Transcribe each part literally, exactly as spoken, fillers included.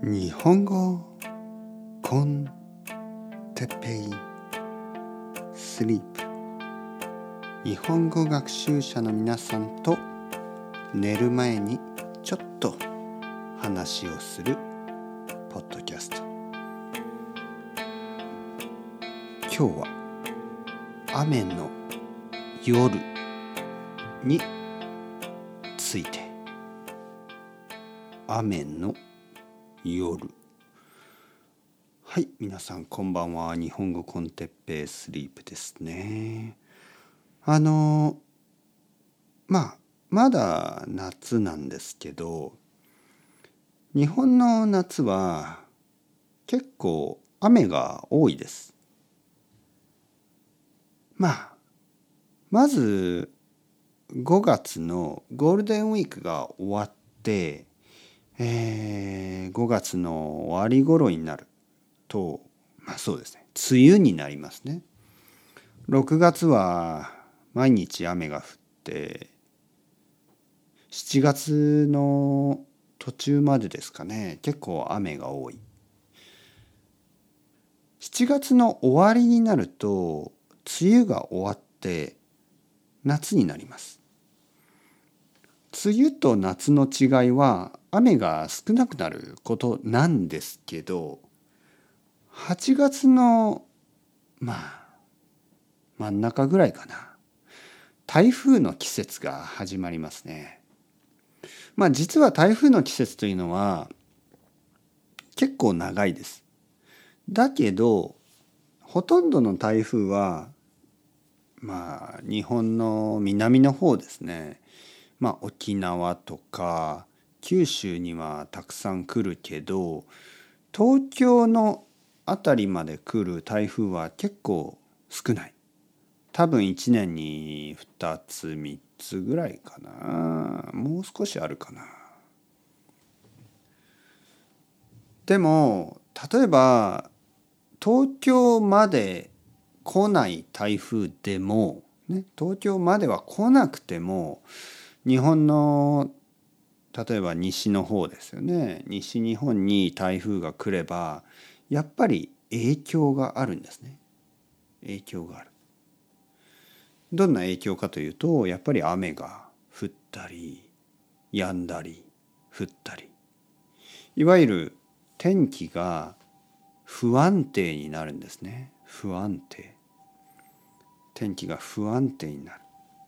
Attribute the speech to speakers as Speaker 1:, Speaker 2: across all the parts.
Speaker 1: 日本語コンテッペイスリープ。日本語学習者の皆さんと寝る前にちょっと話をするポッドキャスト。今日は雨の夜について。雨の夜。はい、皆さんこんばんは。日本語コンテッペイスリープですね。あのまあまだ夏なんですけど、日本の夏は結構雨が多いです。まあまずごがつのゴールデンウィークが終わって、えー、ごがつの終わり頃になると、まあそうですね、梅雨になりますね。ろくがつは毎日雨が降って、しちがつの途中までですかね、結構雨が多い。しちがつの終わりになると梅雨が終わって夏になります。梅雨と夏の違いは雨が少なくなることなんですけど、はちがつのまあ真ん中ぐらいかな、台風の季節が始まりますね。まあ実は台風の季節というのは結構長いです。だけどほとんどの台風はまあ日本の南の方ですね。まあ沖縄とか九州にはたくさん来るけど、東京のあたりまで来る台風は結構少ない。多分いちねんにふたつみっつぐらいかな。もう少しあるかな。でも例えば東京まで来ない台風でも、ね、東京までは来なくても日本の例えば西の方ですよね。西日本に台風が来ればやっぱり影響があるんですね。影響がある。どんな影響かというと、やっぱり雨が降ったり止んだり降ったり、いわゆる天気が不安定になるんですね。不安定。天気が不安定になる。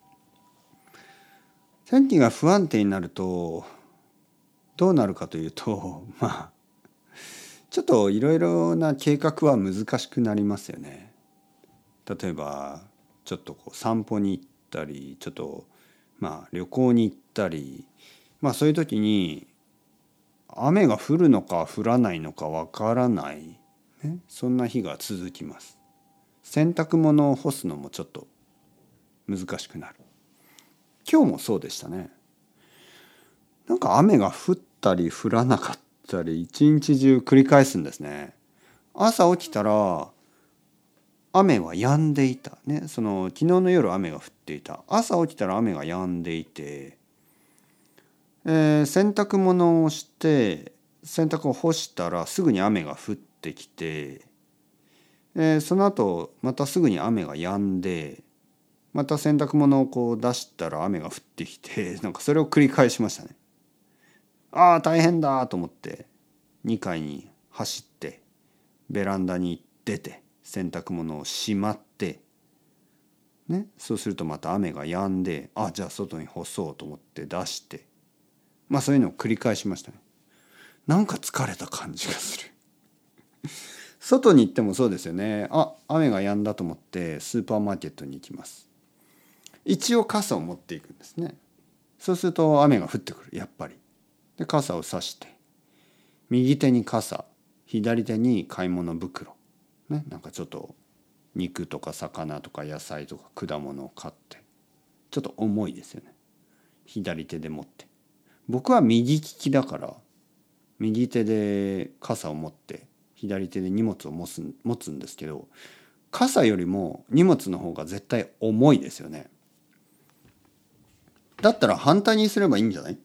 Speaker 1: 天気が不安定になるとどうなるかというと、まあちょっといろいろな計画は難しくなりますよね。例えばちょっとこう散歩に行ったり、ちょっとまあ旅行に行ったり、まあそういう時に雨が降るのか降らないのかわからない、ね、そんな日が続きます。洗濯物を干すのもちょっと難しくなる。今日もそうでしたね。なんか雨が降ったり降らなかったり一日中繰り返すんですね。朝起きたら雨は止んでいた、ね、その昨日の夜雨が降っていた。朝起きたら雨が止んでいて、えー、洗濯物をして洗濯を干したらすぐに雨が降ってきて、えー、その後またすぐに雨が止んで、また洗濯物をこう出したら雨が降ってきて、なんかそれを繰り返しましたね。ああ大変だと思ってにかいに走ってベランダに出て洗濯物をしまって、ね、そうするとまた雨が止んで、あじゃあ外に干そうと思って出して、まあそういうのを繰り返しましたね。なんか疲れた感じがする外に行ってもそうですよね。あ雨が止んだと思ってスーパーマーケットに行きます。一応傘を持っていくんですね。そうすると雨が降ってくる、やっぱり。で傘を差して、右手に傘、左手に買い物袋、ね、なんかちょっと肉とか魚とか野菜とか果物を買って、ちょっと重いですよね。左手で持って、僕は右利きだから右手で傘を持って左手で荷物を持つ、持つんですけど、傘よりも荷物の方が絶対重いですよね。だったら反対にすればいいんじゃない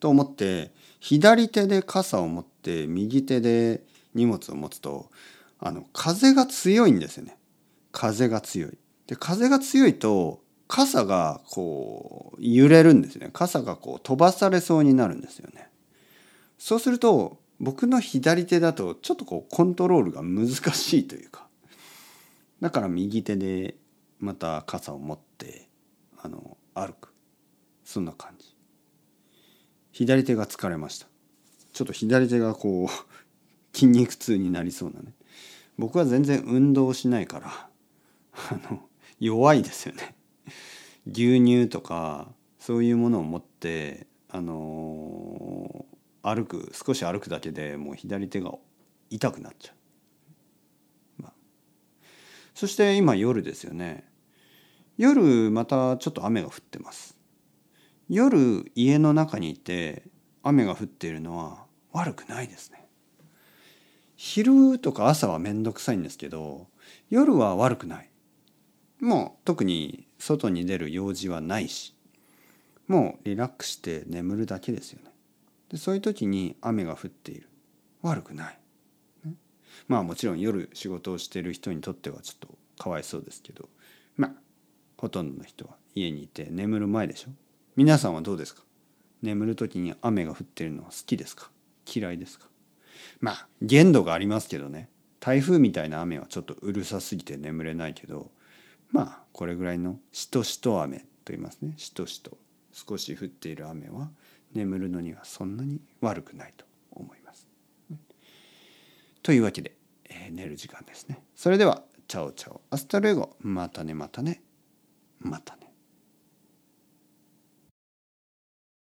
Speaker 1: と思って左手で傘を持って右手で荷物を持つとあの風が強いんですよね。風が強い。で風が強いと傘がこう揺れるんですよね。傘がこう飛ばされそうになるんですよね。そうすると僕の左手だとちょっとこうコントロールが難しいというか、だから右手でまた傘を持ってあの歩く、そんな感じ。左手が疲れました。ちょっと左手がこう筋肉痛になりそうなね。僕は全然運動しないからあの弱いですよね。牛乳とかそういうものを持ってあのー歩く少し歩くだけでもう左手が痛くなっちゃう、まあ、そして今夜ですよね。夜またちょっと雨が降ってます。夜家の中にいて雨が降っているのは悪くないですね。昼とか朝はめんどくさいんですけど夜は悪くない。もう特に外に出る用事はないし、もうリラックスして眠るだけですよね。でそういう時に雨が降っている、悪くない、ね、まあもちろん夜仕事をしている人にとってはちょっとかわいそうですけど、まあほとんどの人は家にいて眠る前でしょ。皆さんはどうですか。眠る時に雨が降っているのは好きですか、嫌いですか。まあ限度がありますけどね。台風みたいな雨はちょっとうるさすぎて眠れないけど、まあこれぐらいのしとしと雨と言いますね。しとしと少し降っている雨は眠るのにはそんなに悪くないと思います。というわけで、えー寝る時間ですね。それではチャオチャオアスタルエゴ、またねまたねまたね。